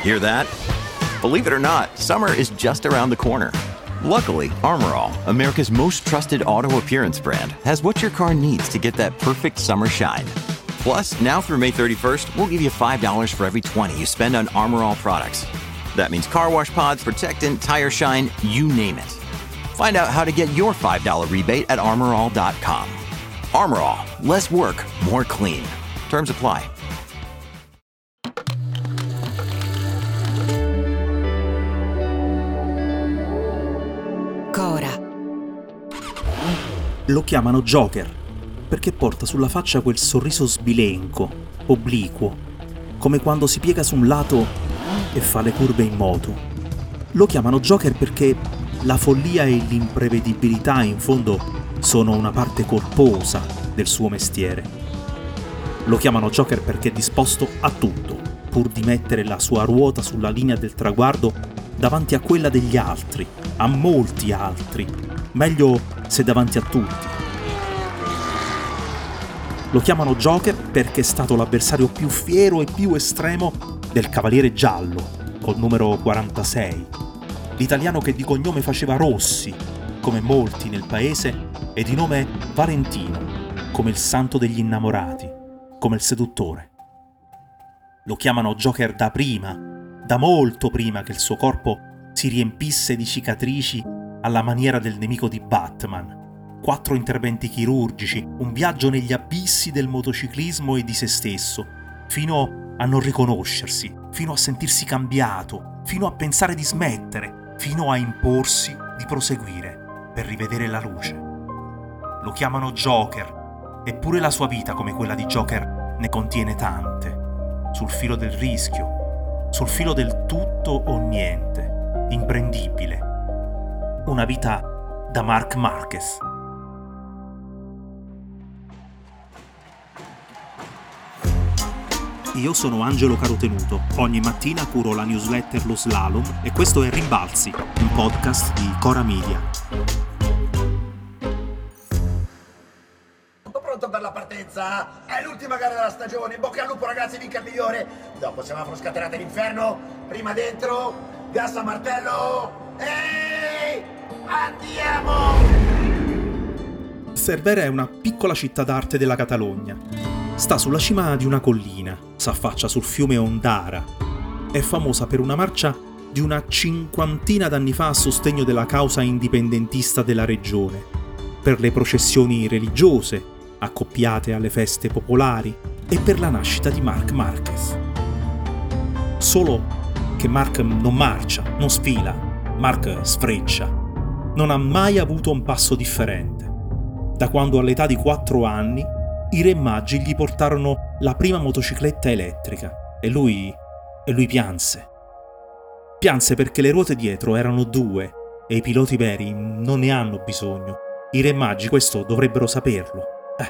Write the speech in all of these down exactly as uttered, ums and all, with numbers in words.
Hear that? Believe it or not, summer is just around the corner. Luckily, Armor All, America's most trusted auto appearance brand, has what your car needs to get that perfect summer shine. Plus, now through May thirty-first, we'll give you five dollars for every twenty you spend on Armor All products. That means car wash pods, protectant, tire shine, you name it. Find out how to get your five dollars rebate at armor all dot com. Armor All, less work, more clean. Terms apply. Cora. Lo chiamano Joker perché porta sulla faccia quel sorriso sbilenco, obliquo, come quando si piega su un lato e fa le curve in moto. Lo chiamano Joker perché la follia e l'imprevedibilità in fondo sono una parte corposa del suo mestiere. Lo chiamano Joker perché è disposto a tutto, pur di mettere la sua ruota sulla linea del traguardo davanti a quella degli altri, a molti altri, meglio se davanti a tutti. Lo chiamano Joker perché è stato l'avversario più fiero e più estremo del Cavaliere Giallo, col numero quarantasei, l'italiano che di cognome faceva Rossi, come molti nel paese, e di nome Valentino, come il santo degli innamorati, come il seduttore. Lo chiamano Joker da prima, da molto prima che il suo corpo si riempisse di cicatrici alla maniera del nemico di Batman. Quattro interventi chirurgici, un viaggio negli abissi del motociclismo e di se stesso, fino a non riconoscersi, fino a sentirsi cambiato, fino a pensare di smettere, fino a imporsi di proseguire per rivedere la luce. Lo chiamano Joker, eppure la sua vita, come quella di Joker, ne contiene tante, sul filo del rischio, sul filo del tutto o niente, imprendibile. Una vita da Marc Marquez. Io sono Angelo Carotenuto, ogni mattina curo la newsletter Lo Slalom e questo è Rimbalzi, un podcast di Cora Media. Tutto pronto per la partenza? È l'ultima gara della stagione, in bocca al lupo ragazzi, vinca il migliore! Dopo semaforo scatenate l'inferno, prima dentro, gas a martello, ehi! Andiamo! Cervera è una piccola città d'arte della Catalogna. Sta sulla cima di una collina, s'affaccia sul fiume Ondara. È famosa per una marcia di una cinquantina d'anni fa a sostegno della causa indipendentista della regione, per le processioni religiose, accoppiate alle feste popolari, e per la nascita di Marc Marquez. Solo che Marc non marcia, non sfila, Marc sfreccia. Non ha mai avuto un passo differente. Da quando all'età di quattro anni i Re Magi gli portarono la prima motocicletta elettrica e lui, e lui pianse. Pianse perché le ruote dietro erano due e i piloti veri non ne hanno bisogno. I Re Magi questo dovrebbero saperlo. Eh.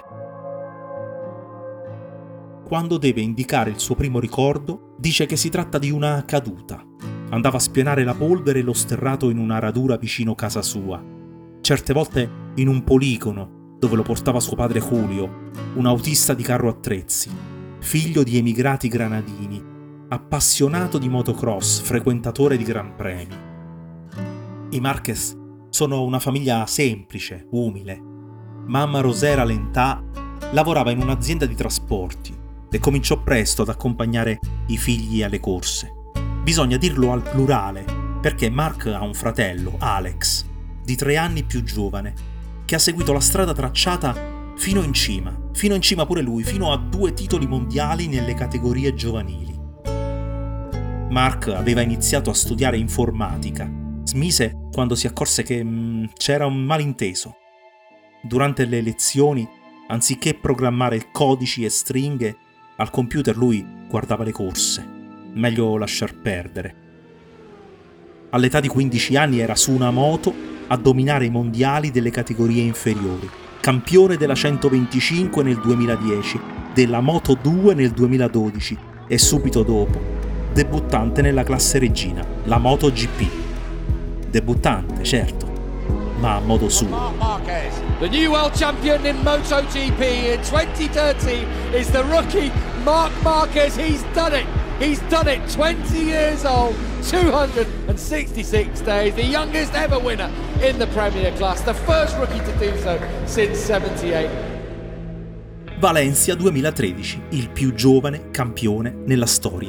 Quando deve indicare il suo primo ricordo, dice che si tratta di una caduta. Andava a spianare la polvere e lo sterrato in una radura vicino casa sua. Certe volte in un poligono dove lo portava suo padre Julio, un autista di carro attrezzi, figlio di emigrati granadini, appassionato di motocross, frequentatore di gran premi. I Marquez sono una famiglia semplice, umile. Mamma Rosera Lentà lavorava in un'azienda di trasporti e cominciò presto ad accompagnare i figli alle corse. Bisogna dirlo al plurale, perché Marc ha un fratello, Alex, di tre anni più giovane, che ha seguito la strada tracciata fino in cima, fino in cima pure lui, fino a due titoli mondiali nelle categorie giovanili. Marc aveva iniziato a studiare informatica, smise quando si accorse che mh, c'era un malinteso. Durante le lezioni, anziché programmare codici e stringhe, al computer lui guardava le corse. Meglio lasciar perdere. All'età di quindici anni era su una moto a dominare i mondiali delle categorie inferiori, campione della centoventicinque nel duemiladieci, della Moto due nel duemiladodici e subito dopo debuttante nella classe regina, la MotoGP. Debuttante, certo, ma a modo suo. The new world champion in MotoGP in twenty thirteen is the rookie Marc Marquez. He's done it. He's done it, twenty years old, two hundred sixty-six days, the youngest ever winner in the Premier Class, the first rookie to do so since seventy-eight. Valencia duemilatredici, il più giovane campione nella storia.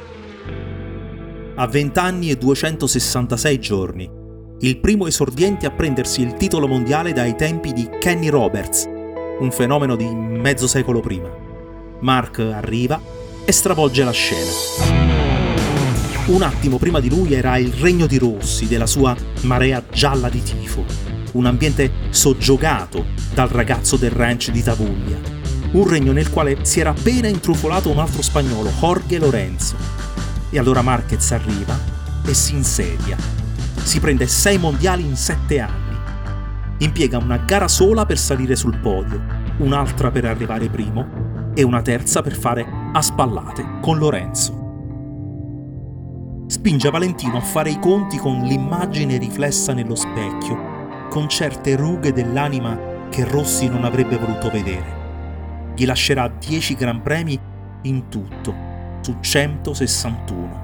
A venti anni e duecentosessantasei giorni, il primo esordiente a prendersi il titolo mondiale dai tempi di Kenny Roberts, un fenomeno di mezzo secolo prima. Mark arriva e stravolge la scena. Un attimo prima di lui era il regno di Rossi, della sua marea gialla di tifo, un ambiente soggiogato dal ragazzo del ranch di Tavuglia, un regno nel quale si era appena intrufolato un altro spagnolo, Jorge Lorenzo. E allora Marquez arriva e si insedia. Si prende sei mondiali in sette anni. Impiega una gara sola per salire sul podio, un'altra per arrivare primo e una terza per fare a spallate con Lorenzo. Spinge Valentino a fare i conti con l'immagine riflessa nello specchio, con certe rughe dell'anima che Rossi non avrebbe voluto vedere. Gli lascerà dieci Gran Premi in tutto, su centosessantuno.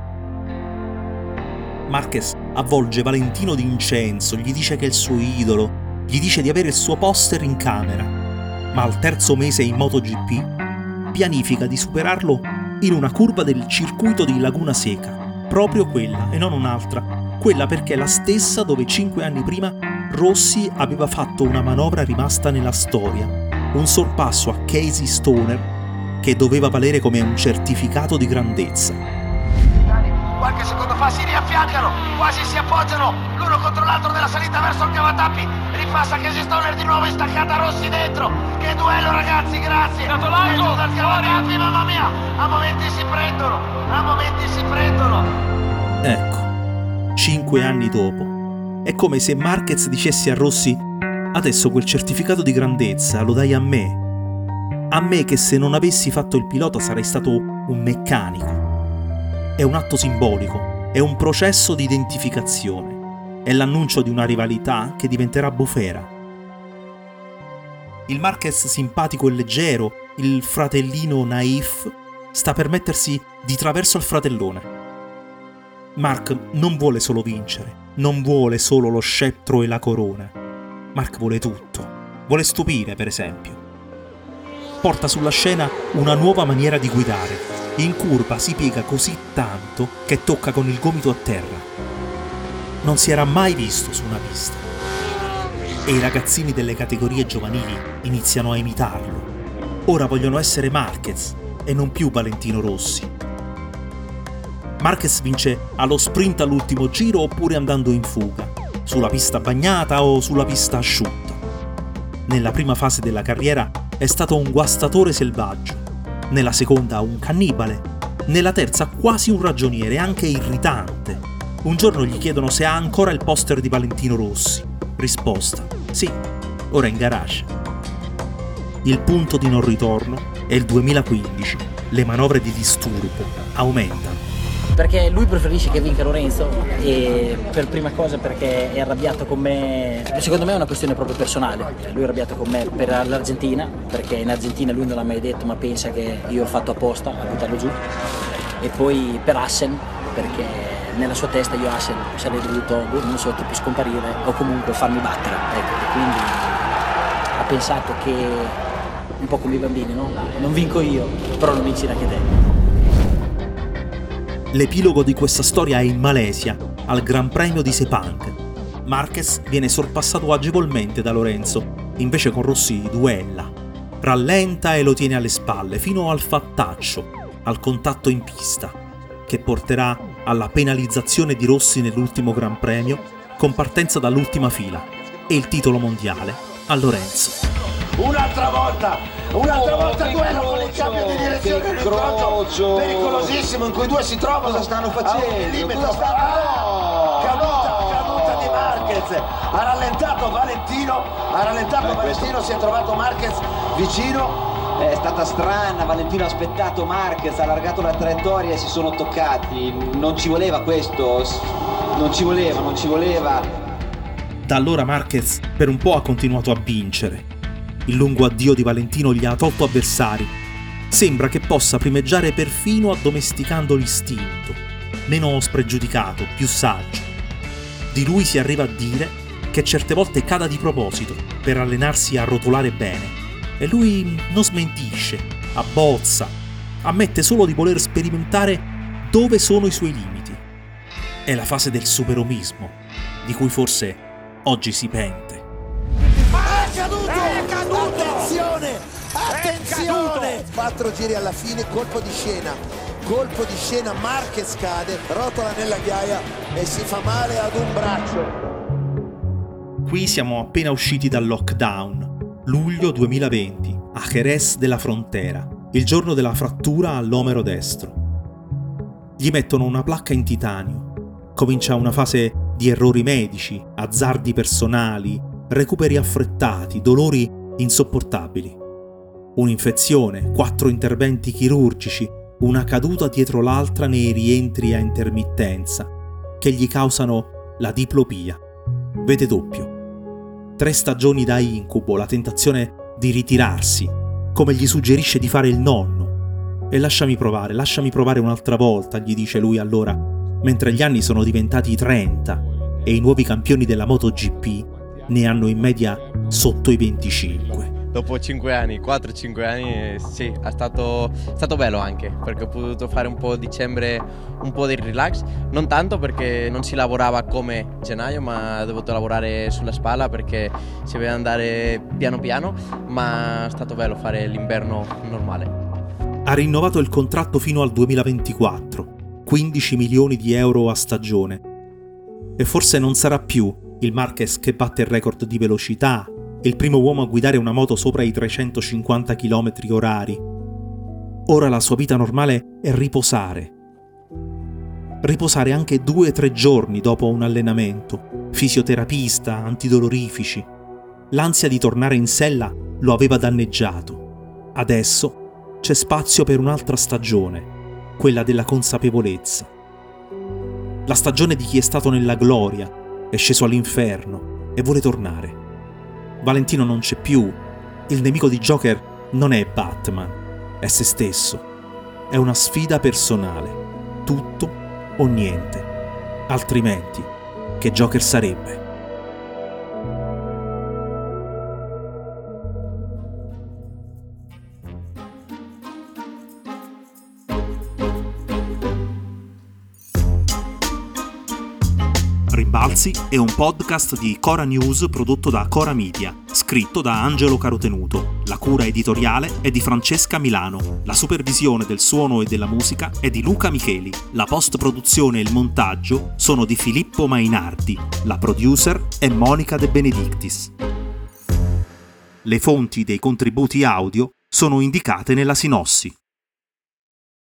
Marquez avvolge Valentino di incenso, gli dice che è il suo idolo, gli dice di avere il suo poster in camera, ma al terzo mese in MotoGP pianifica di superarlo in una curva del circuito di Laguna Seca, proprio quella e non un'altra, quella perché è la stessa dove cinque anni prima Rossi aveva fatto una manovra rimasta nella storia, un sorpasso a Casey Stoner che doveva valere come un certificato di grandezza. Qualche secondo fa si riaffiancano, quasi si appoggiano l'uno contro l'altro nella salita verso il cavatappi. Ripassa Casey Stoner di nuovo, instaccata Rossi dentro. Che duello ragazzi, grazie. Dato largo dal cavatappi, mamma mia. A momenti si prendono, a momenti si prendono. Ecco, cinque anni dopo, è come se Marquez dicesse a Rossi: adesso quel certificato di grandezza lo dai a me. A me che se non avessi fatto il pilota sarei stato un meccanico. È un atto simbolico, è un processo di identificazione, è l'annuncio di una rivalità che diventerà bufera. Il Marquez simpatico e leggero, il fratellino naif, sta per mettersi di traverso al fratellone. Mark non vuole solo vincere, non vuole solo lo scettro e la corona. Mark vuole tutto, vuole stupire per esempio. Porta sulla scena una nuova maniera di guidare. In curva si piega così tanto che tocca con il gomito a terra. Non si era mai visto su una pista. E i ragazzini delle categorie giovanili iniziano a imitarlo. Ora vogliono essere Marquez e non più Valentino Rossi. Marquez vince allo sprint all'ultimo giro oppure andando in fuga, sulla pista bagnata o sulla pista asciutta. Nella prima fase della carriera è stato un guastatore selvaggio, nella seconda un cannibale, nella terza quasi un ragioniere, anche irritante. Un giorno gli chiedono se ha ancora il poster di Valentino Rossi. Risposta: sì, ora in garage. Il punto di non ritorno è il duemilaquindici. Le manovre di disturbo aumentano. Perché lui preferisce che vinca Lorenzo, e per prima cosa perché è arrabbiato con me. Secondo me è una questione proprio personale. Lui è arrabbiato con me per l'Argentina, perché in Argentina lui non l'ha mai detto ma pensa che io ho fatto apposta a buttarlo giù. E poi per Assen, perché nella sua testa io Assen sarei dovuto, non so, tipo scomparire o comunque farmi battere, ecco. E quindi ha pensato che, un po' come i bambini, no? Non vinco io, però non vinci neanche te. L'epilogo di questa storia è in Malesia, al Gran Premio di Sepang. Marquez viene sorpassato agevolmente da Lorenzo, invece con Rossi duella. Rallenta e lo tiene alle spalle, fino al fattaccio, al contatto in pista, che porterà alla penalizzazione di Rossi nell'ultimo Gran Premio, con partenza dall'ultima fila, e il titolo mondiale a Lorenzo. Un'altra volta, un'altra oh, volta duello con il cambio di direzione, un incrocio pericolosissimo in cui i due si trovano. Cosa stanno facendo? A un millimetro sta... no, caduta, no. caduta di Marquez. Ha rallentato Valentino, ha rallentato Beh, Valentino, questo... si è trovato Marquez vicino. È stata strana, Valentino ha aspettato Marquez, ha allargato la traiettoria e si sono toccati. Non ci voleva questo, non ci voleva, non ci voleva. Da allora Marquez per un po' ha continuato a vincere. Il lungo addio di Valentino gli ha tolto avversari. Sembra che possa primeggiare perfino addomesticando l'istinto, meno spregiudicato, più saggio. Di lui si arriva a dire che certe volte cada di proposito per allenarsi a rotolare bene, e lui non smentisce, abbozza, ammette solo di voler sperimentare dove sono i suoi limiti. È la fase del superomismo, di cui forse oggi si pente. Ma è caduto! È caduto! Attenzione! Attenzione! Quattro giri alla fine, colpo di scena. Colpo di scena, Marquez cade, rotola nella ghiaia e si fa male ad un braccio. Qui siamo appena usciti dal lockdown, luglio duemilaventi, a Jerez de la Frontera, il giorno della frattura all'omero destro. Gli mettono una placca in titanio. Comincia una fase di errori medici, azzardi personali, recuperi affrettati, dolori insopportabili. Un'infezione, quattro interventi chirurgici, una caduta dietro l'altra nei rientri a intermittenza, che gli causano la diplopia. Vede doppio. Tre stagioni da incubo, la tentazione di ritirarsi, come gli suggerisce di fare il nonno. E lasciami provare, lasciami provare un'altra volta, gli dice lui allora, mentre gli anni sono diventati trenta e i nuovi campioni della MotoGP ne hanno in media sotto i venticinque. Dopo cinque anni, quattro cinque anni, sì, è stato, è stato bello anche, perché ho potuto fare un po' dicembre, un po' di relax, non tanto perché non si lavorava come gennaio, ma ho dovuto lavorare sulla spalla perché si deve andare piano piano, ma è stato bello fare l'inverno normale. Ha rinnovato il contratto fino al duemilaventiquattro, quindici milioni di euro a stagione. E forse non sarà più il Marquez che batte il record di velocità, il primo uomo a guidare una moto sopra i trecentocinquanta chilometri orari. Ora la sua vita normale è riposare. Riposare anche due o tre giorni dopo un allenamento, fisioterapista, antidolorifici. L'ansia di tornare in sella lo aveva danneggiato. Adesso c'è spazio per un'altra stagione, quella della consapevolezza. La stagione di chi è stato nella gloria, è sceso all'inferno e vuole tornare. Valentino non c'è più, il nemico di Joker non è Batman, è se stesso. È una sfida personale, tutto o niente, altrimenti che Joker sarebbe? Rimbalzi è un podcast di Cora News prodotto da Cora Media, scritto da Angelo Carotenuto. La cura editoriale è di Francesca Milano. La supervisione del suono e della musica è di Luca Micheli. La post-produzione e il montaggio sono di Filippo Mainardi. La producer è Monica De Benedictis. Le fonti dei contributi audio sono indicate nella sinossi.